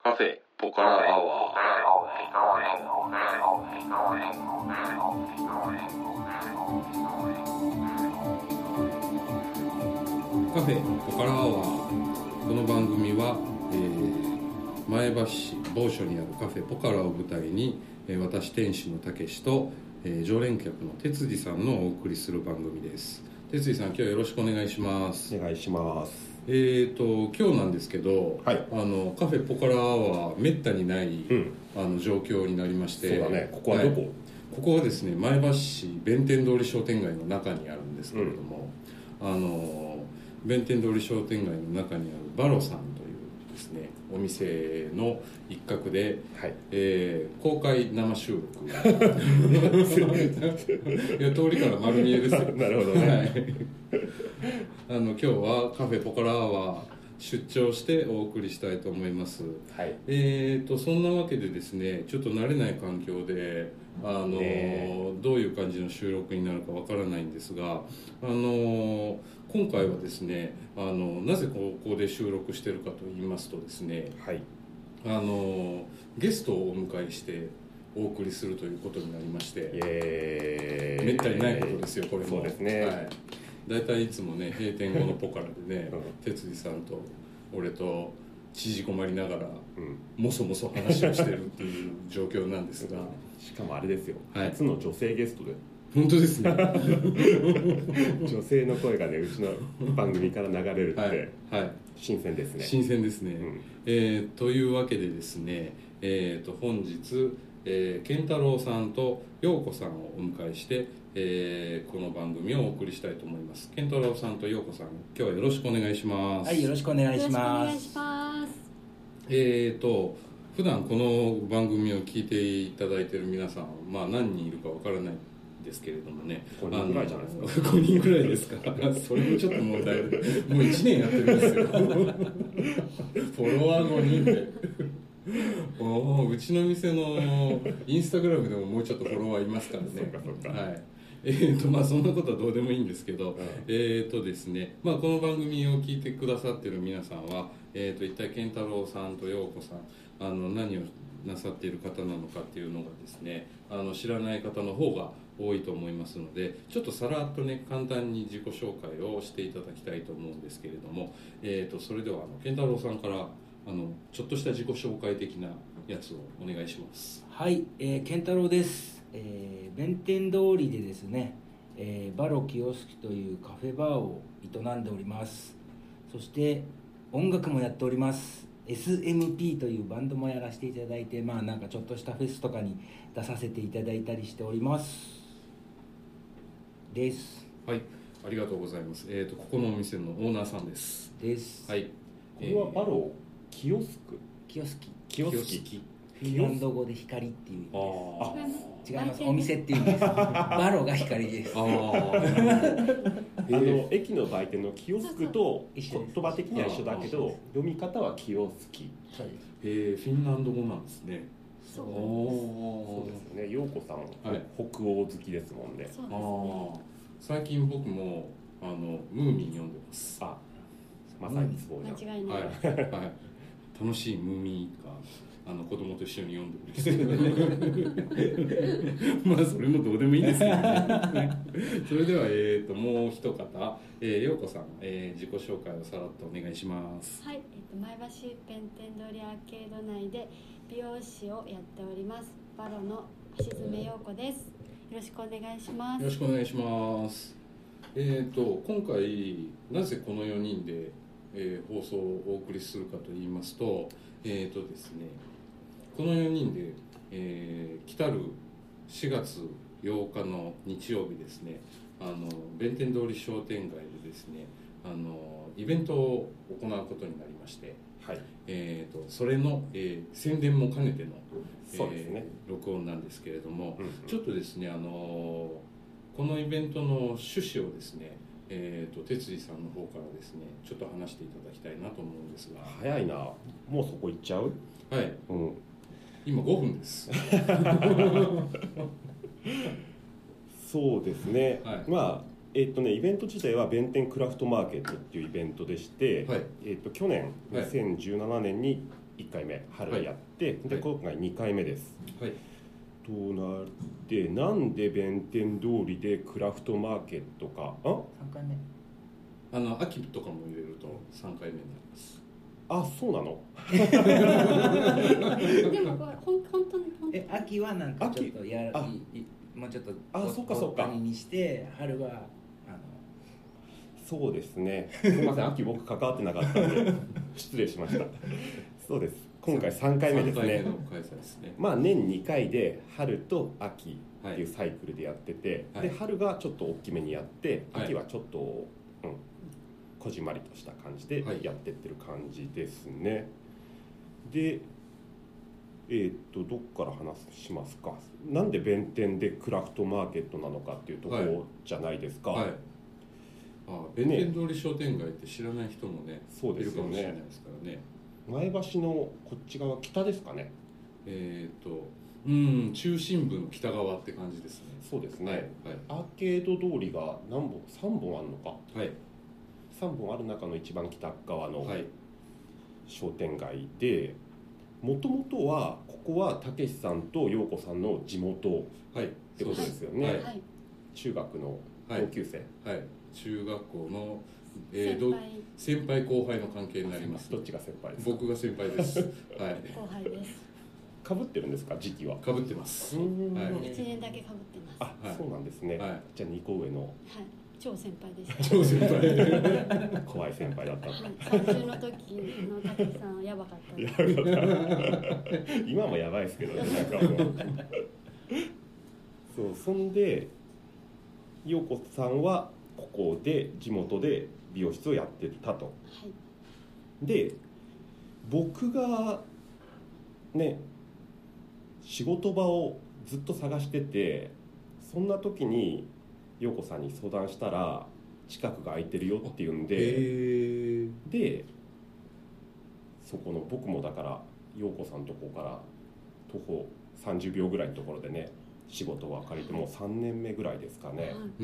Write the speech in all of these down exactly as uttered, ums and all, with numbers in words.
カフェポカラアワー。カフェポカラアワー。この番組は、えー、前橋市某所にあるカフェポカラを舞台に、えー、私店主のたけしと、えー、常連客の哲司さんのお送りする番組です。哲司さん、今日はよろしくお願いします。 お願いします。 えーと今日なんですけど、 はい、 あのカフェポカラはめったにない、うん、あの状況になりまして。 そうだね。ここはどこ？はい、 ここはですね、前橋市弁天通り商店街の中にあるんですけれども、うん、あの弁天通り商店街の中にあるバロさんというですねお店の一角で、はい、えー、公開生収録いや通りから丸見えですよ。 なるほどね。はい、 あの今日はカフェポカラは出張してお送りしたいと思います。はい、えーとそんなわけでですね、ちょっと慣れない環境であの、ね、どういう感じの収録になるかわからないんですが、あの今回はですね、あのなぜここで収録してるかと言いますとですね、はい、あのゲストをお迎えしてお送りするということになりまして、めったにないことですよ、これも。 そうですね。はい、 だいたいいつもね、閉店後のポカラでね、哲司さんと俺と縮こまりながら、うん、もそもそ話をしてるっていう状況なんですが、 しかもあれですよ、はい、初の女性ゲストで。 本当ですね。 女性の声がね、うちの番組から流れるって、はいはい、新鮮ですね。 新鮮ですね。うん、えー、というわけでですね、えー、と本日、えー、健太郎さんと陽子さんをお迎えして、えー、この番組をお送りしたいと思います。健太郎さんと陽子さん、今日はよろしくお願いします。 はい、よろしくお願いします。 よろしくお願いします。 えーと普段この番組を聞いていただいている皆さん、まあ何人いるかわからないですけれどもね、 ごにんぐらいじゃないですか。 ごにんぐらいですか。それもちょっと問題で、もういちねんやってるんですよ。フォロワーごにんで。おうちの店のインスタグラムでももうちょっとフォロワーいますからね。 そうかそうか。はい。 えーとまあ、そんなことはどうでもいいんですけど、うん、えーとですねまあ、この番組を聞いてくださっている皆さんは、えー、と一体健太郎さんと陽子さん、あの何をなさっている方なのかっていうのがですね、あの知らない方の方が多いと思いますので、ちょっとさらっとね簡単に自己紹介をしていただきたいと思うんですけれども、えー、とそれではあの健太郎さんからあのちょっとした自己紹介的なやつをお願いします。 はい、えー、健太郎です。えー、弁天通りでですね、えー、バロキオスキというカフェバーを営んでおります。そして音楽もやっております。 エスエムピー というバンドもやらせていただいて、まあなんかちょっとしたフェスとかに出させていただいたりしておりますです。 はい、ありがとうございます。えーとここのお店のオーナーさんですです。 はい、 これはバロキオスクキオスキキオスキフィンランド語で光っていう意味です。 あ違います。お店っていう意味です。バロが光です。ああの駅の売店のキオスクと言葉的には一緒だけど、読み方はキオスキ。 そうです。 えー、フィンランド語なんですね。 そうそうですね。陽子さん、はい、北欧好きですもんね。 そうですね。 最近僕もあのムーミン読んでます。あ、 まさにそうじゃん。間違いない。 はいはい、楽しいムーミンか。あの子供と一緒に読んでるんですけどまあそれもどうでもいいですけどね。それでは、えー、ともう一方、えー、陽子さん、えー、自己紹介をさらっとお願いします。 はい、えー、と前橋弁天通りアーケード内で美容師をやっておりますバロの橋爪陽子です。よろしくお願いします。 よろしくお願いします。えー、と今回なぜこのよにんで、えー、放送をお送りするかと言いますと、えーとですねこのよにんで、えー、来たるしがつようかの日曜日ですね、あの弁天通り商店街でですね、あのイベントを行うことになりまして、はい、えー、とそれの、えー、宣伝も兼ねての、 そうですね、 えー、録音なんですけれども、うんうん、ちょっとですね、あのこのイベントの趣旨をですね、えー、と哲司さんの方からですねちょっと話していただきたいなと思うんですが。 早いな、もうそこ行っちゃう？ はい、うん、今ごふんですそうですね、はい、まあえーとね、イベント自体は弁天クラフトマーケットっていうイベントでして、はい、えーと去年にせんじゅうななねんにいっかいめ春やって、はい、で今回にかいめです、はい、となってなんで弁天通りでクラフトマーケットかあさんかいめあの秋とかも入れるとさんかいめになります。 あ、そうなのでもこれほん本当に本当にえ秋はなんかちょっとやらもうちょっとあそっかそっかにして春はあのそうですねすみません秋僕関わってなかったので失礼しましたそうです今回さんかいめですね。さんかいめの開催ですね。まあ年にかいで春と秋っていうサイクルでやってて、はい、で春がちょっと大きめにやって秋はちょっと、はい、うんこじんまりとした感じでやってってる感じですね、はい、でえー、っとどっから話しますか。なんで弁天でクラフトマーケットなのかっていうところじゃないですか、はいはい、 あ弁天通り商店街って知らない人もね、そうですよね、いるかもしれないですからね。 前橋のこっち側北ですかね。 えー、っとうん中心部の北側って感じですね。 そうですね、はいはい、アーケード通りが何本さんぼんあるのか、はい、さんぼんある中の一番北側の商店街で、もともとはここはたけしさんと陽子さんの地元ってことですよね、はいはい、中学の同級生、 はいはい、中学校の、えー、先輩先輩後輩の関係になります。 どっちが先輩ですか。 僕が先輩です、はい、 後輩です。 かぶってるんですか時期は。 かぶってます。はい、 いちねんだけかぶってます。 あ、はい、そうなんですね、はい、じゃあにこ上の、はい、 超先輩でした。 超先輩怖い先輩だった。 さんじゅうの時のたけしさんはやばかったです。 今もやばいですけどね、なんかもうそう、そんで陽子さんはここで地元で美容室をやってたと、はい、で僕がね仕事場をずっと探してて、そんな時に陽子さんに相談したら近くが空いてるよっていうんで、でそこの僕もだから陽子さんのとこから徒歩さんじゅうびょうぐらいのところでね仕事は借りてもうさんねんめぐらいですかね、うん、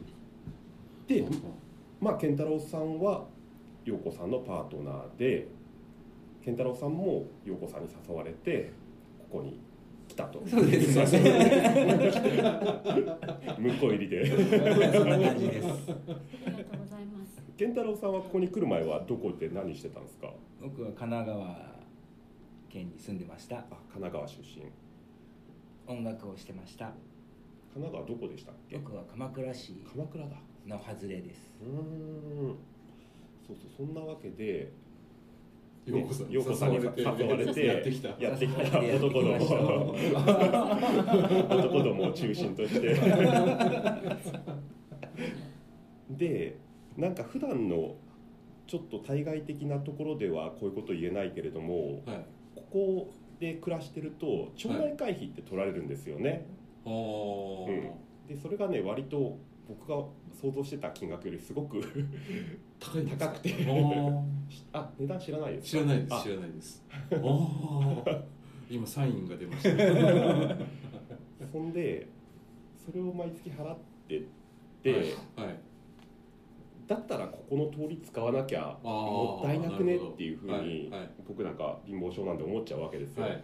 でまあ健太郎さんは陽子さんのパートナーで、健太郎さんも陽子さんに誘われてここに来たと。 そうですよね向こう入りでそんな感じです。ありがとうございます。 健太郎さんはここに来る前はどこで何してたんですか。 僕は神奈川県に住んでました。あ、 神奈川出身。 音楽をしてました。 神奈川どこでしたっけ。 僕は鎌倉市鎌倉だの外れです。 うーん、そうそう、そんなわけで陽子さん、 陽子さんに誘われてやってきたやってきた男ども男どもを中心としてで、なんか普段のちょっと対外的なところではこういうこと言えないけれども、はい、ここで暮らしてると町内会費って取られるんですよね、はい、うん、でそれがね割と僕が想像してた金額よりすごく高い高くてあ、値段知らないですか。 知らないです知らないです今サインが出ましたそんでそれを毎月払ってって、はいはい、だったらここの通り使わなきゃもったいなくねっていうふうに、はいはい、僕なんか貧乏症なんで思っちゃうわけですよ、はい、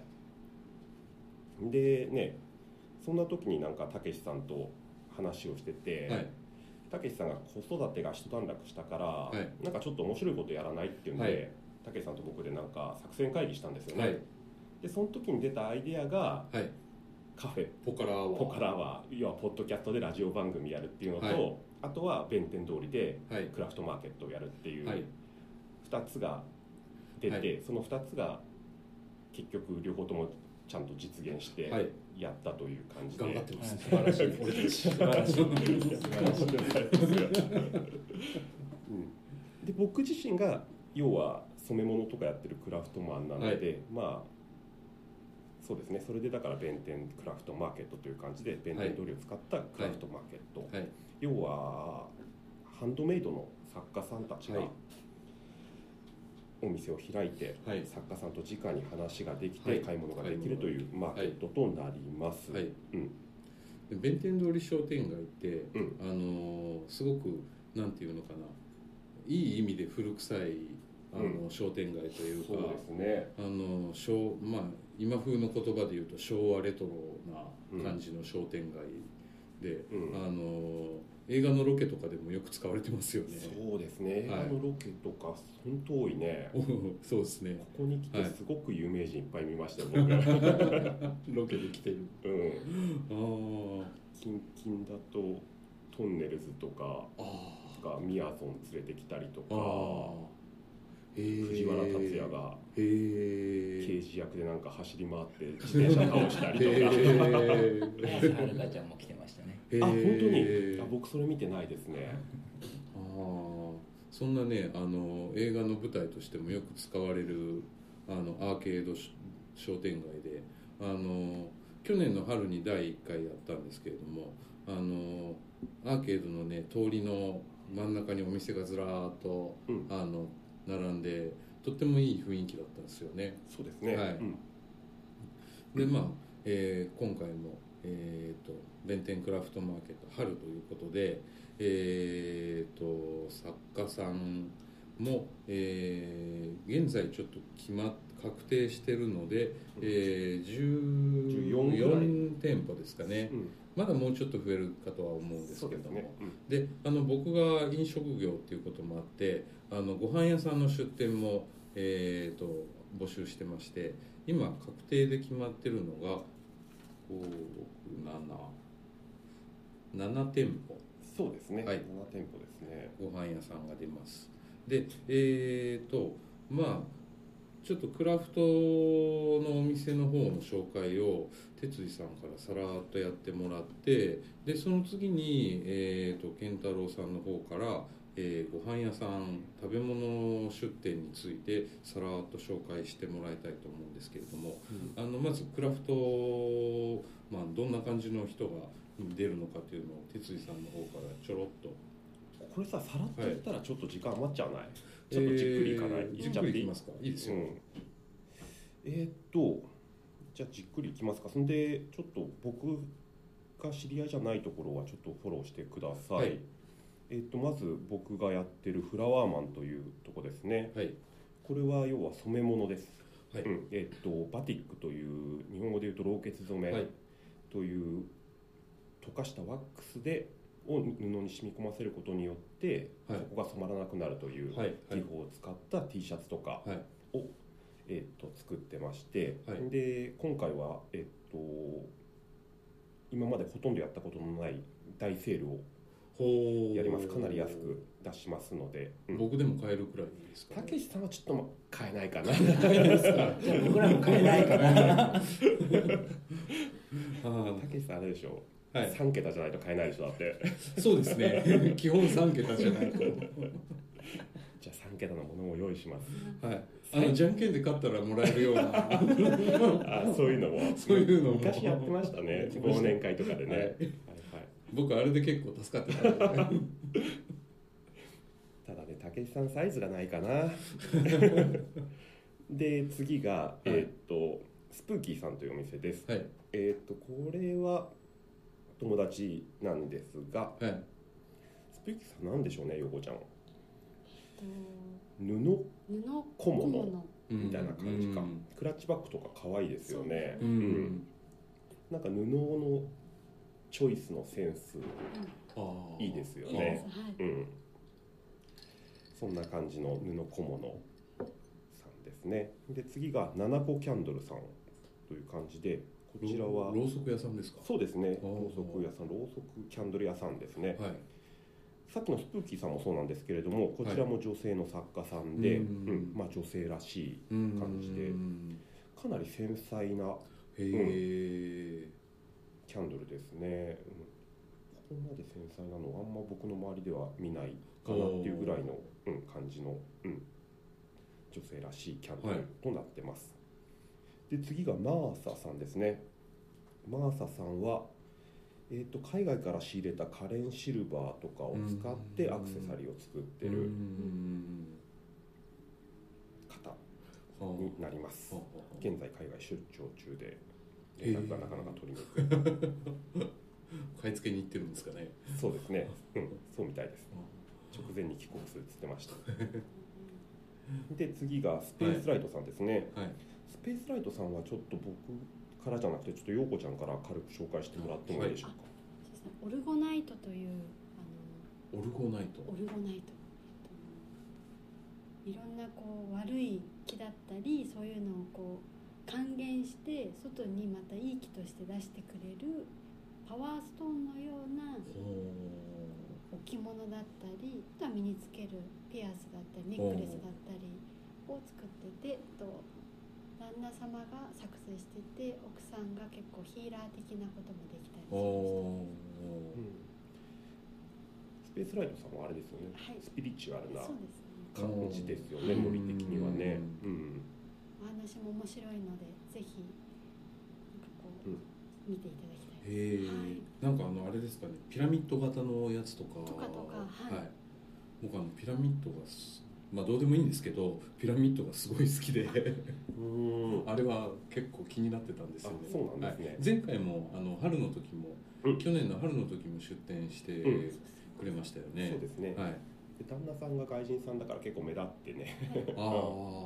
でね、そんな時になんかたけしさんと話をしてて、たけしさんが子育てが一段落したから、はい、なんかちょっと面白いことやらないっていうんで、たけしさんと僕でなんか作戦会議したんですよね、はい、でその時に出たアイデアが、はい、カフェポカラアワーポカラアワー、要はポッドキャストでラジオ番組やるっていうのと、はい、あとは弁天通りでクラフトマーケットをやるっていうふたつが出て、はい、そのふたつが結局両方ともちゃんと実現してやったという感じで、 頑張ってます。素晴らしい。俺たち素晴らしい。素晴らしい。 で僕自身が要は染め物とかやってるクラフトマンなので、はい、まあそうですね。それでだから弁天クラフトマーケットという感じで弁天通りを使ったクラフトマーケット。はいはい、要はハンドメイドの作家さんたちが、はい、お店を開いて、はい、作家さんと直に話ができて、はい、買い物ができるというマーケットとなります。はいはい、 うん、弁天通り商店街って、うん、あのすごくなんていうのかな、いい意味で古臭いあの商店街というか、 そうですね、 あの昭、まあ、今風の言葉で言うと昭和レトロな感じの商店街で、うん、あの映画のロケとかでもよく使われてますよね。 そうですね、映画のロケとか本当多いね。 そうですね。 ここに来てすごく有名人いっぱい見ましたよ、 僕ロケで来てる。 うん。ああ。近々だとトンネルズとかがみやぞん連れてきたりとか、藤原竜也が刑事役でなんか走り回って自転車倒したりとか、 はるかちゃんも来てましたね。 あ、本当に。あ、僕それ見てないですね。 ああ、そんなね、あの映画の舞台としてもよく使われるあのアーケード商店街で、あの去年の春にだいいっかいやったんですけれども、あのアーケードのね通りの真ん中にお店がずらーっと、うん、あの並んで、とってもいい雰囲気だったんですよね。 そうですね。 はい。うん、でまあ、えー、今回も、えーと、弁天クラフトマーケット春ということで、えーと作家さんも、えー、現在ちょっと決まっ確定してるので、えー、じゅうよんてんぽですかね、うん、まだもうちょっと増えるかとは思うんですけども、ね、うん、であの僕が飲食業っていうこともあって、あのご飯屋さんの出店も、えー、と募集してまして、今確定で決まってるのがご、ろく、なな、ななてんぽ。 そうですね、 はい、 ななてんぽですね。 ご飯屋さんが出ます。でえーとまあちょっとクラフトのお店の方の紹介を哲司さんからさらっとやってもらって、でその次に、えーと健太郎さんの方から、えー、ご飯屋さん食べ物出店についてさらっと紹介してもらいたいと思うんですけれども、うん、あのまずクラフト、まあ、どんな感じの人が出るのかというのを哲司さんの方からちょろっと。 これさ、さらっと言ったらちょっと時間余っちゃわない、はい、ちょっとじっくりいかない、えー、 じっくりいきますか。いいですよ、うん、 えー、っとじゃあじっくりいきますか。そんでちょっと僕が知り合いじゃないところはちょっとフォローしてください、はい、えー、っとまず僕がやってるフラワーマンというとこですね、はい、これは要は染め物です、はい、うん、えー、っとバティックという日本語で言うとろうけつ染めという溶かしたワックスでを布に染み込ませることによって、はい、そこが染まらなくなるという技法を使った T シャツとかを、はい、えー、と作ってまして、はい、で今回は、えー、と今までほとんどやったことのない大セールをやります。かなり安く出しますので、 うん、僕でも買えるくらいですか、 ね。たけしさんはちょっと買えないかな。 じゃあ僕らも買えないかな。 たけしさんあれでしょう、はい、さんけたじゃないと買えないでしょ。だってそうですね。基本さんけたじゃないと。 じゃあさんけたのものを用意します。 はい。あのじゃんけんで勝ったらもらえるような。 あ、そういうのも。 そういうのも昔やってましたね。忘年会とかでね。はい、はいはい、 僕あれで結構助かってた。ただね、 武井さんサイズがないかな。で次が、はい、えっ、ー、とスプーキーさんというお店です。はい、えっ、ー、とこれは友達なんですが、はい、スプーキーさんなんでしょうね、陽子ちゃん。布小物みたいな感じか、うん、クラッチバッグとか可愛いですよね、うんうん、なんか布のチョイスのセンス、うん、いいですよね、うん、そんな感じの布小物さんですね。で次が七子キャンドルさんという感じで、こちらはろうそく屋さんですか。 そうですね、ろうそく屋さん、ろうそくキャンドル屋さんですね、はい、さっきのスプーキーさんもそうなんですけれども、こちらも女性の作家さんで、はい、うん、まあ、女性らしい感じでかなり繊細な、へ、うん、キャンドルですね、うん、ここまで繊細なのあんま僕の周りでは見ないかなっていうぐらいの、うん、感じの、うん、女性らしいキャンドルとなってます、はい、で次がマーサさんですね。マーサさんはえー、と海外から仕入れたカレンシルバーとかを使ってアクセサリーを作ってる方になります。現在海外出張中で連絡がなかなか取りにくい。 買い付けに行ってるんですかね。 そうですね、うん、そうみたいです。直前に帰国するって言ってました。 で次がスペースライトさんですね、 はいはい、 スペースライトさんはちょっと僕からじゃなくてちょっと陽子ちゃんから軽く紹介してもらってもいいでしょうか。 はい、オルゴナイトというあのオルゴナイトオルゴナイト、えっと、いろんなこう悪い木だったりそういうのをこう還元して外にまたいい木として出してくれるパワーストーンのような置物だったり、あとは身につけるピアスだったりネックレスだったりを作ってて、と旦那様が作成してて奥さんが結構ヒーラー的なこともできたりしました。 スペースライトさんはあれですよね、はい、スピリチュアルな感じですよね、 うん、 ノリ的にはね、うん、 お話も面白いのでぜひなんかこう、うん、見ていただきたいです。 へー、はい、なんかあのあれですかね、ピラミッド型のやつとかとかとか、はい、はい、 僕あのピラミッドがまあどうでもいいんですけどピラミッドがすごい好きでうんあれは結構気になってたんですよね。 そうなんですね、はい、 前回もあの春の時も、うん、去年の春の時も出店してくれましたよね、うん、 そうですね、はい、で旦那さんが外人さんだから結構目立ってねあああ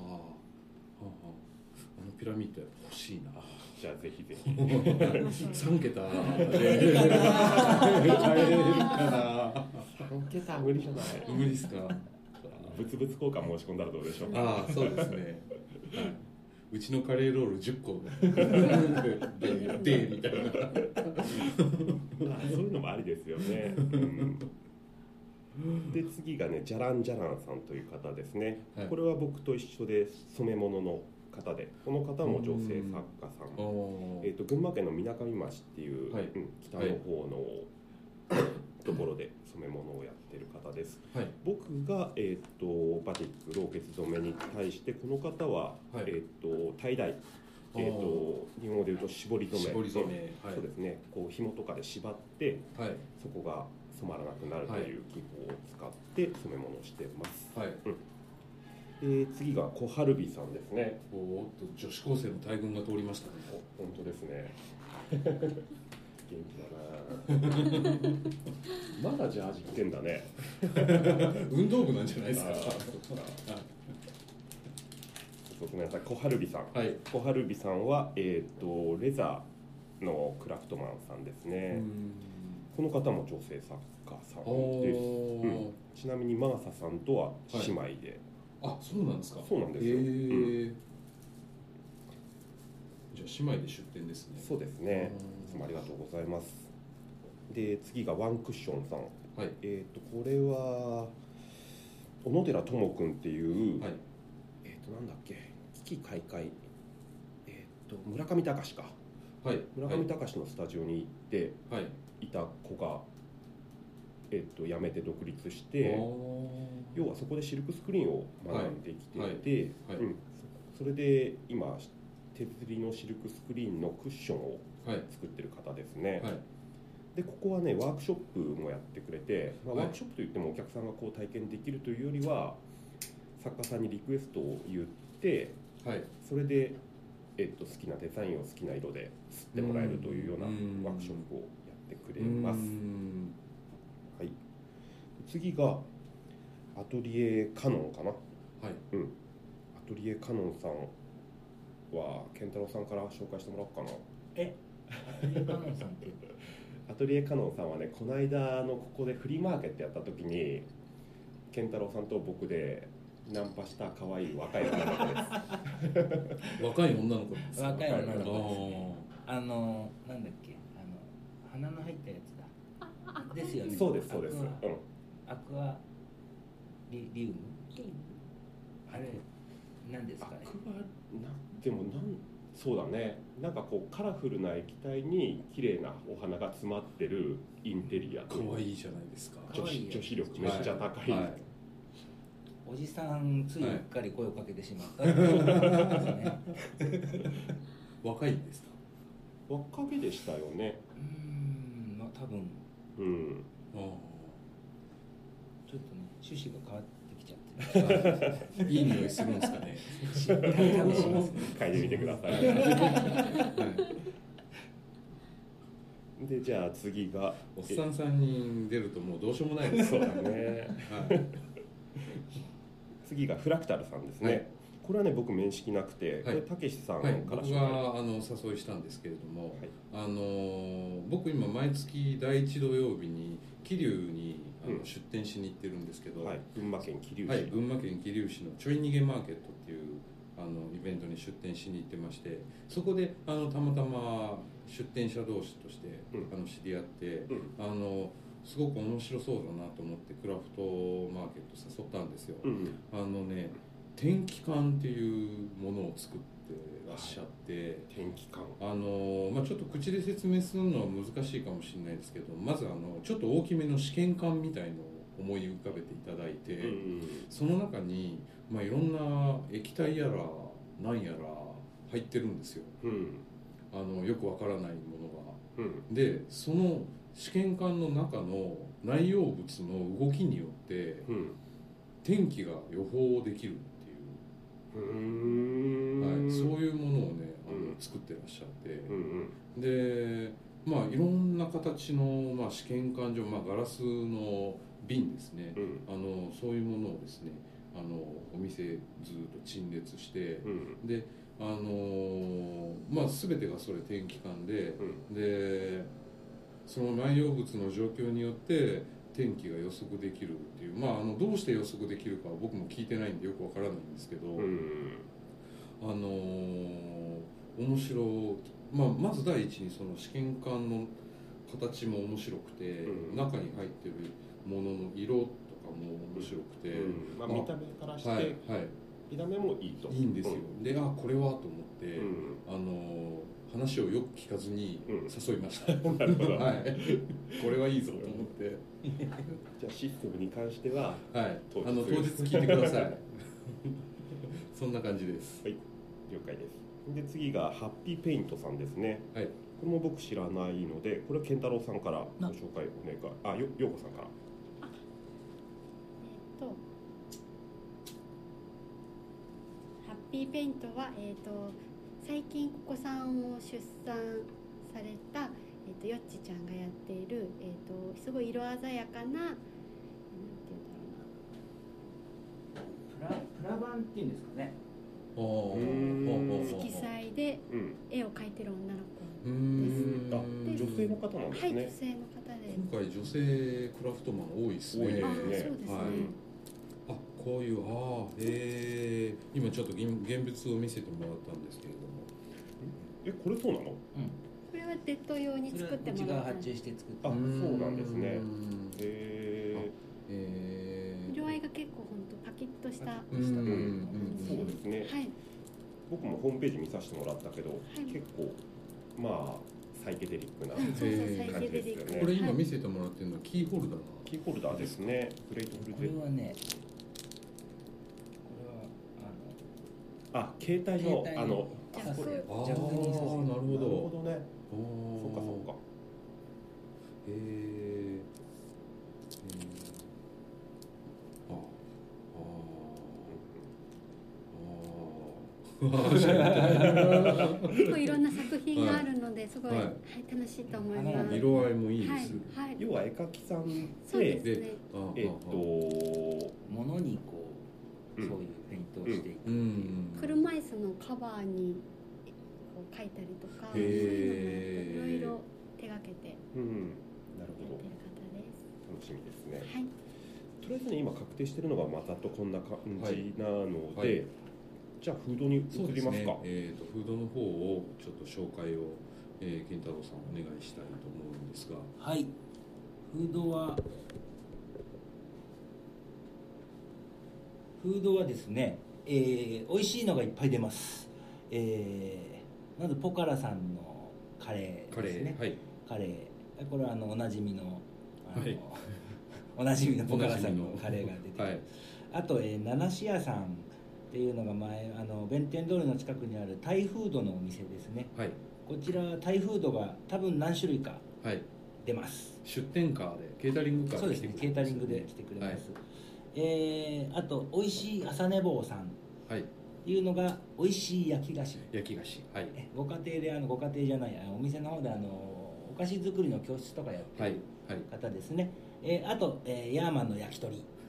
のピラミッドやっぱ欲しいな。 じゃあぜひぜひさん桁で買えるかな。 さん桁無理じゃない。 無理ですか。 物々交換申し込んだらどうでしょう。 ああ、そうですね、はい、うちのカレーロールじゅっこででみたいなまあそういうのもありですよね、うん、で次がねジャランジャランさんという方ですね、はい、これは僕と一緒で染め物の方で、この方も女性作家さん、えーと群馬県のみなかみ町っていう、はいうん、北の方の、はいところで染め物をやっている方です、はい、僕が、えー、とバティック老血染めに対してこの方は、はいえー、とタイダイ、えー、と日本語で言うと絞り染め、 絞り染め、はい、 そうですね、こう紐とかで縛って、はい、そこが染まらなくなるという技法を使って染め物をしています、はいうんえー、次が小春日さんですね。 おっと女子高生の大群が通りましたね。 お本当ですね元気だなまだジャージ着てんだね運動部なんじゃないですか。 そうごめんなさい、小春日さん、はい、小春日さんは、えー、とレザーのクラフトマンさんですね。この方も女性作家さんです、うん、ちなみにマーサさんとは姉妹で、 はい、あ、そうなんですか。 そうなんですよ、うん、 じゃあ姉妹で出店ですね。 そうですね、いつもありがとうございます。で次がワンクッションさん、はい、えー、とこれは小野寺智君っていう、はい、えー、となんだっけ危機開会、えー、と村上隆か、はい、村上隆のスタジオに行って、はい、いた子が、えー、と辞めて独立して、要はそこでシルクスクリーンを学んできてて、はいはいはいうん、それで今手刷りのシルクスクリーンのクッションを作ってる方ですね、はいはい、でここはねワークショップもやってくれて、まあ、ワークショップといってもお客さんがこう体験できるというよりは作家さんにリクエストを言って、はい、それで、えっと、好きなデザインを好きな色で刷ってもらえるというようなワークショップをやってくれます。はい、次がアトリエカノンかな、はいうん、アトリエカノンさんは健太郎さんから紹介してもらおうかな。 えアトリエカノンさんってアトリエカノンさんはね、この間のここでフリーマーケットやった時に健太郎さんと僕でナンパした可愛い若い女の子です若い女の子ですか。 若い女の子ですね。あのなんだっけ、あの花の入ったやつだですよね。 そうですそうです。うん。 アクアリリウムあれ何ですかね。 アクアなでもなんそうだね、なんかこうカラフルな液体に綺麗なお花が詰まってるインテリア。 可愛いじゃないですか。 女子女子力めっちゃ高い、はいはい、 おじさんついうっかり声をかけてしまった、はい若いんですか。 若気でしたよね。 うーんまあ多分うんあちょっとね趣旨が変わってきちゃっていい匂いするんですかね。 多分しますね。 嗅いでみてください、はい、でじゃあ次がおっさんさんにん出るともうどうしようもないです。 そうだね、はい、 次がフラクタルさんですね、はい、これはね僕面識なくて、はい、これたけしさんから紹介、はい、 僕があの誘いしたんですけれども、はい、あの僕今毎月だいいち土曜日に桐生にあの、うん、出店しに行ってるんですけど、 はい、群馬県桐生市、 はい、群馬県桐生市のちょい逃げマーケットっていうあのイベントに出店しに行ってまして、そこであのたまたま出店者同士として、うん、あの知り合って、うん、あのすごく面白そうだなと思ってクラフトマーケット誘ったんですよ、うん、あのね天気館っていうものを作ってらっしゃって、はい、 天気館あの、まあ、ちょっと口で説明するのは難しいかもしれないですけど、まずあのちょっと大きめの試験管みたいのを思い浮かべていただいて、うん、その中に、まあ、いろんな液体やらなんやら入ってるんですよ、うん、あのよくわからないものが、うん、でその試験管の中の内容物の動きによって、うん、天気が予報できるっていう、うーん、はい、そういうものをねあの、うん、作ってらっしゃって、うんうん、でまあいろんな形の、まあ、試験管上、まあ、ガラスの瓶ですね、うん、あのそういうものをですねあのお店ずっと陳列して、うん、であのまあ全てがそれ天気管で、うん、でその内容物の状況によって天気が予測できるっていう、まあ、あのどうして予測できるかは僕も聞いてないんでよくわからないんですけど、うん、あの面白、まあ、まず第一にその試験管の形も面白くて、うん、中に入ってるものの色とかも面白くて、 うんまあ、見た目からして、はいはい、見た目もいいといいんですよ、うん、であこれはと思って、うん、あの話をよく聞かずに誘いました、うん、なるほど、はい、これはいいぞと思ってじゃあシステムに関しては、 はい、当日、あの当日聞いてくださいそんな感じです。 はい、了解です。で次がハッピーペイントさんですね、はい、これも僕知らないのでこれは健太郎さんからご紹介お願いあよようこさんからあえっ、ー、とハッピーペイントはえっ、ー、と最近お子さんを出産された、えー、とよっちちゃんがやっている、えー、とすごい色鮮やかな、なんていうんだろうな、プラプラ板っていうんですかね、 色彩で絵を描いてる女の子です。あ、女性の方なんですね。 はい、女性の方です。 今回女性クラフトマン多いですね。 多いですね。 あ、そうですね。はい、 あ、こういう、ああ、へえ、今ちょっと現物を見せてもらったんですけれども。 え、これそうなの？うん。これはデッド用に作ってもらった。 うちが発注して作って。 あ、そうなんですね。へえ。 えー、色合いが結構本当パキッとした。 うん、そうですね。はい。僕もホームページ見させてもらったけど、はい、結構まあサイケデリックな感じですよね。 これ今見せてもらってるのはキーホルダー。 キーホルダーですね。グレートフルで。これはね。 これはあのあ携帯のあのあこれああなるほど。なるほどね。そっかそっか。 へえ。 結構いろんな作品があるので、すごい、はいはい、楽しいと思います。 色合いもいいです。 はいはい、要は絵描きさんで、 そうですね、 えっとものにこう、うん、そういうペイントをしていく、うん、 車椅子のカバーにこう描いたりとか、そういうのもいろいろ手がけてやってる方です。 楽しみですね。 はい。 とりあえずね今確定しているのがまたとこんな感じなので。はいはい、じゃあフードに移りますか。 ね、えーと、フードの方をちょっと紹介を、えー、健太郎さんお願いしたいと思うんですが。 はい。フードはフードはですね、えー、美味しいのがいっぱい出ます。えー、まずポカラさんのカレーですね。 カレー、はい、 カレー。これはあのおなじみの、あの、はい、おなじみのポカラさんのカレーが出てきます。はい、あと、えー、ナナシ屋さんっていうのが前あの弁天通りの近くにあるタイフードのお店ですね、はい、こちらタイフードが多分何種類か出ます、 はい、出店カーでケータリングカーでそうですね、ケータリングで来てくれます、はい、えー、あとおいしい朝寝坊さんっていうのがおいしい焼き菓子焼き菓子、はい、 ご家庭であのご家庭じゃないお店の方であのお菓子作りの教室とかやってる方ですね、はいはい、えー、あと、えー、ヤーマンの焼き鳥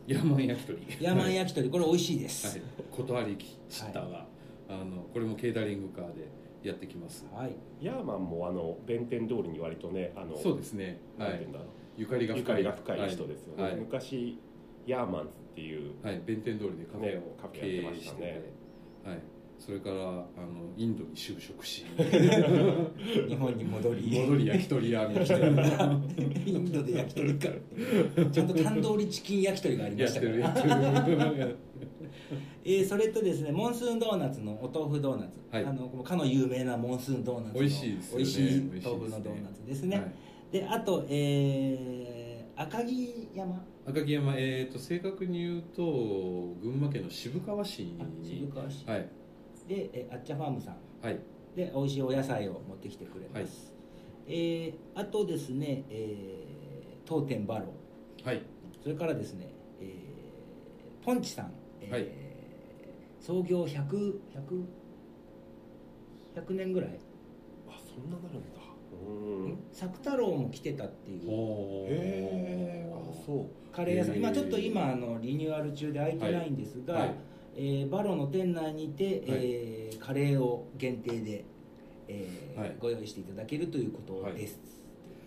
ヤーマン焼き鳥ヤーマン焼き鳥これ美味しいです、 はい、断り知ったが、はい、あのこれもケータリングカーでやってきます、 はい、 ヤーマンもあの弁天通りに割とねあのそうですね、はい、ゆかりが深い、 ゆかりが深い人ですよね、 はい、 昔ヤーマンズっていう、 はい、弁天通りでカフェを経営してて、ねはい、それからあのインドに就職し日本に戻り戻り焼き鳥屋に来てインドで焼き鳥かちゃんとタンドーリチキン焼き鳥がありましたからやってるやってるえー、それとですねモンスーンドーナツのお豆腐ドーナツ、はい、あのかの有名なモンスーンドーナツの美味しいですよね、 美味しい豆腐のドーナツですね、はい、であと、えー、赤城山赤城山、えー、と正確に言うと群馬県の渋川市に渋川市、 はい、 でえあっちゃファームさん、 はい、 で美味しいお野菜を持ってきてくれます、はい、えー、あとですね、えー、当店バロー、 はい、 それからですね、えー、ポンチさん、えーはい、 創業ひゃく、ひゃく、ひゃくねんぐらい、 あそんななるんだ、 作太郎も来てたっていう、 へー、あそうカレー屋さん、今ちょっと今あのリニューアル中で開いてないんですが、はいはい、えー、バロの店内にて、はい、えー、カレーを限定で、えーはい、ご用意していただけるということです、はい、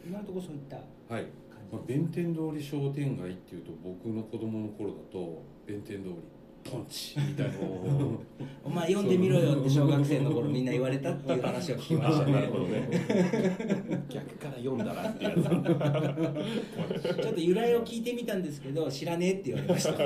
今のところそういった感じです、まあ、弁天通り商店街っていうと僕の子供の頃だと弁天通りポンチみたいなお前読んでみろよって小学生の頃みんな言われたっていう話を聞きましたねなるほどね逆から読んだらってやつちょっと由来を聞いてみたんですけど知らねえって言われました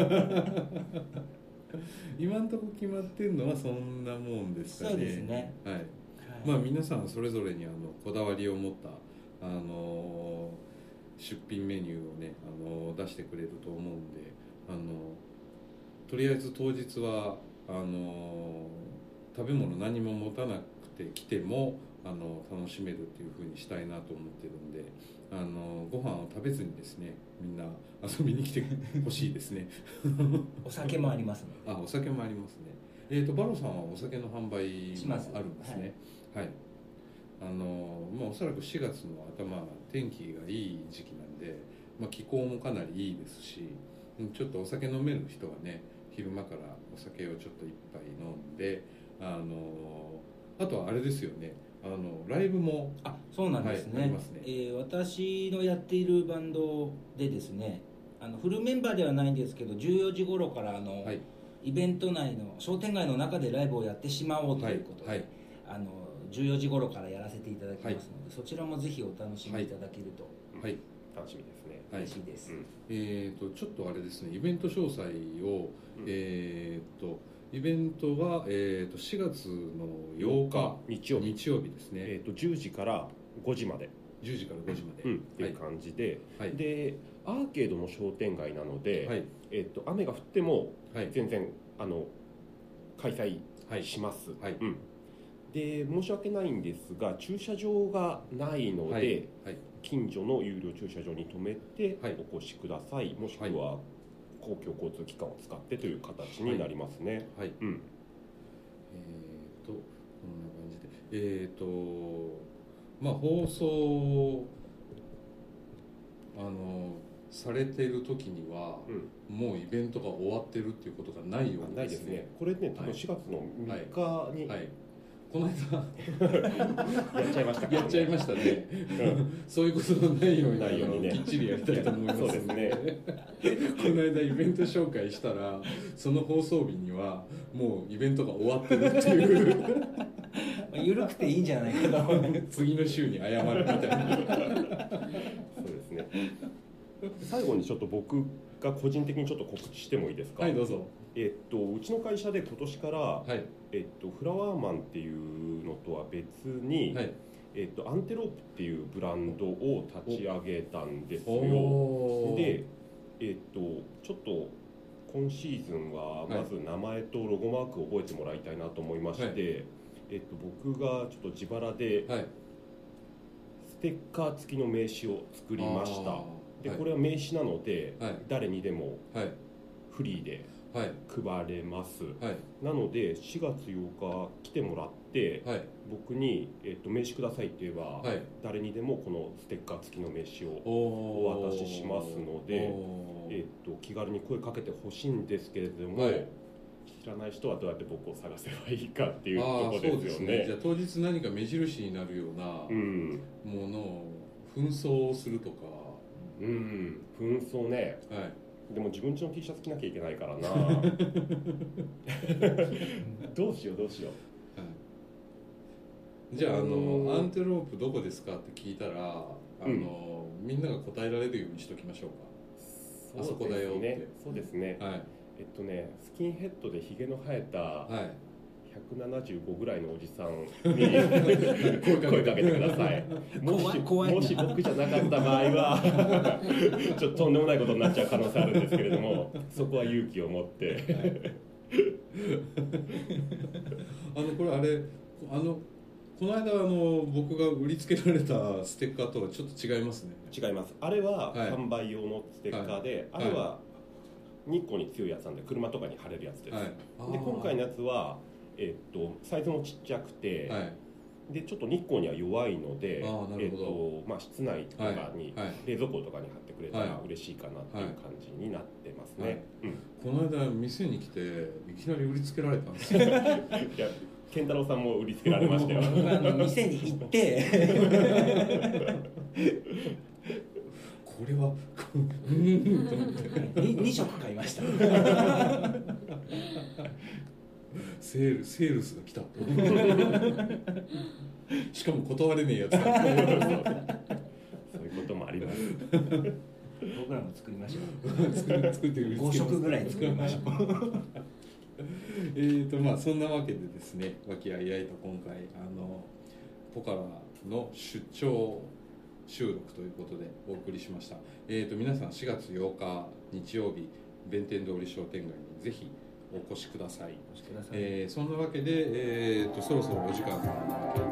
今のところ決まってるのはそんなもんですかね。 そうですね、 はい、はい、まあ皆さんそれぞれにあのこだわりを持ったあの出品メニューをねあの出してくれると思うんで、あのとりあえず当日はあの食べ物何も持たなくて来てもあの楽しめるっていう風にしたいなと思ってるんで、あのご飯を食べずにですねみんな遊びに来てほしいですねお酒もありますね。 あ、お酒もありますね。えーとバロさんはお酒の販売もあるんですね。はい、はい、あのまあ、おそらくしがつの頭天気がいい時期なんで、まあ、気候もかなりいいですし、ちょっとお酒飲める人はね昼間からお酒をちょっと一杯飲んで、あのあとはあれですよね、あのライブもあそうなんですね、はい、ありますね。えー、私のやっているバンドでですね、あのフルメンバーではないんですけどじゅうよじ頃からあの、はい、イベント内の商店街の中でライブをやってしまおうということで、はいはい、あのじゅうよじ頃からやらせていただきますので、はい、そちらもぜひお楽しみいただけると、 はい、 楽しみですね。 嬉しいです、うん、 えーとちょっとあれですね、イベント詳細を、うん、えーとイベントは、えー、としがつのようか日曜日、 日曜日ですね、 えー、とじゅうじからごじまでじゅうじからごじまで、 うん、っていう感じで、はい、でアーケードの商店街なので、はい、えー、と雨が降っても全然、はい、あの開催します、はいはい、うん、で申し訳ないんですが駐車場がないので、はいはい、近所の有料駐車場に停めてお越しください、はい、もしくは公共交通機関を使ってという形になりますね。はい、はい、うん、 えーとこんな感じで、えーとまあ放送あのされてる時には、うん、もうイベントが終わってるっていうことがないようですね。ないですね。 これね多分しがつのみっかに、はいはい、 この間やっちゃいましたからね。 やっちゃいましたね。うん、そういうことのないように、ないようにね、きっちりやりたいと思います。そうですね。この間イベント紹介したら、その放送日にはもうイベントが終わってるっていう。 緩くていいんじゃないかな。 次の週に謝るみたいな。そうですね。最後にちょっと僕が個人的にちょっと告知してもいいですか。 はい、どうぞ。 えっと、うちの会社で今年から、はい、えっと、フラワーマンっていうのとは別に、はい、えっと、アンテロープっていうブランドを立ち上げたんですよ。で、えっと、ちょっと今シーズンはまず名前とロゴマークを覚えてもらいたいなと思いまして、はい、えっと、僕がちょっと自腹でステッカー付きの名刺を作りました。で、これは名刺なので、はい、誰にでもフリーで配れます、はい、なのでしがつようか来てもらって、はい、僕に、えー、と名刺くださいって言えば、はい、誰にでもこのステッカー付きの名刺をお渡ししますので、えー、と気軽に声かけてほしいんですけれども、はい、知らない人はどうやって僕を探せばいいかっていうところですよね。そうですね。 じゃあ当日何か目印になるようなものを紛争するとか、 うん、紛争ね、はい、でも自分家の T シャツ着なきゃいけないからなどうしようどうしよう、はい、 じゃあ、あのアンテロープどこですかって聞いたら、あの、うん、みんなが答えられるようにしときましょうか。あそこだよって。 そうですね、はい、えっとねスキンヘッドでひげの生えた、はいひゃくななじゅうごぐらいのおじさんに声かけてください。もし、もし僕じゃなかった場合はちょっととんでもないことになっちゃう可能性あるんですけれども、そこは勇気を持ってあのこれあれあのこの間あの僕が売りつけられたステッカーとはちょっと違いますね。 違います。あれは販売用のステッカーで、はい、あれは日光に強いやつなんで車とかに貼れるやつです、はい、で今回のやつはえっと、サイズもちっちゃくて、はい、でちょっと日光には弱いので、えっとまあ、室内とかに、はいはい、冷蔵庫とかに貼ってくれたら嬉しいかなっていう感じになってますね、はいうん、この間店に来ていきなり売りつけられたんですよいや健太郎さんも売りつけられましたよあの店に行ってこれはに色買いましたセールセールスが来たしかも断れねえやつだそういうこともあります僕らも作りましょう作る作ってご色ぐらい作りましょうえーとまあそんなわけでですね、和気あいあいと今回あのポカラの出張収録ということでお送りしました。えーと皆さんしがつようか日曜日弁天通り商店街にぜひお越しください。えー、そんなわけで、えー、とそろそろお時間なので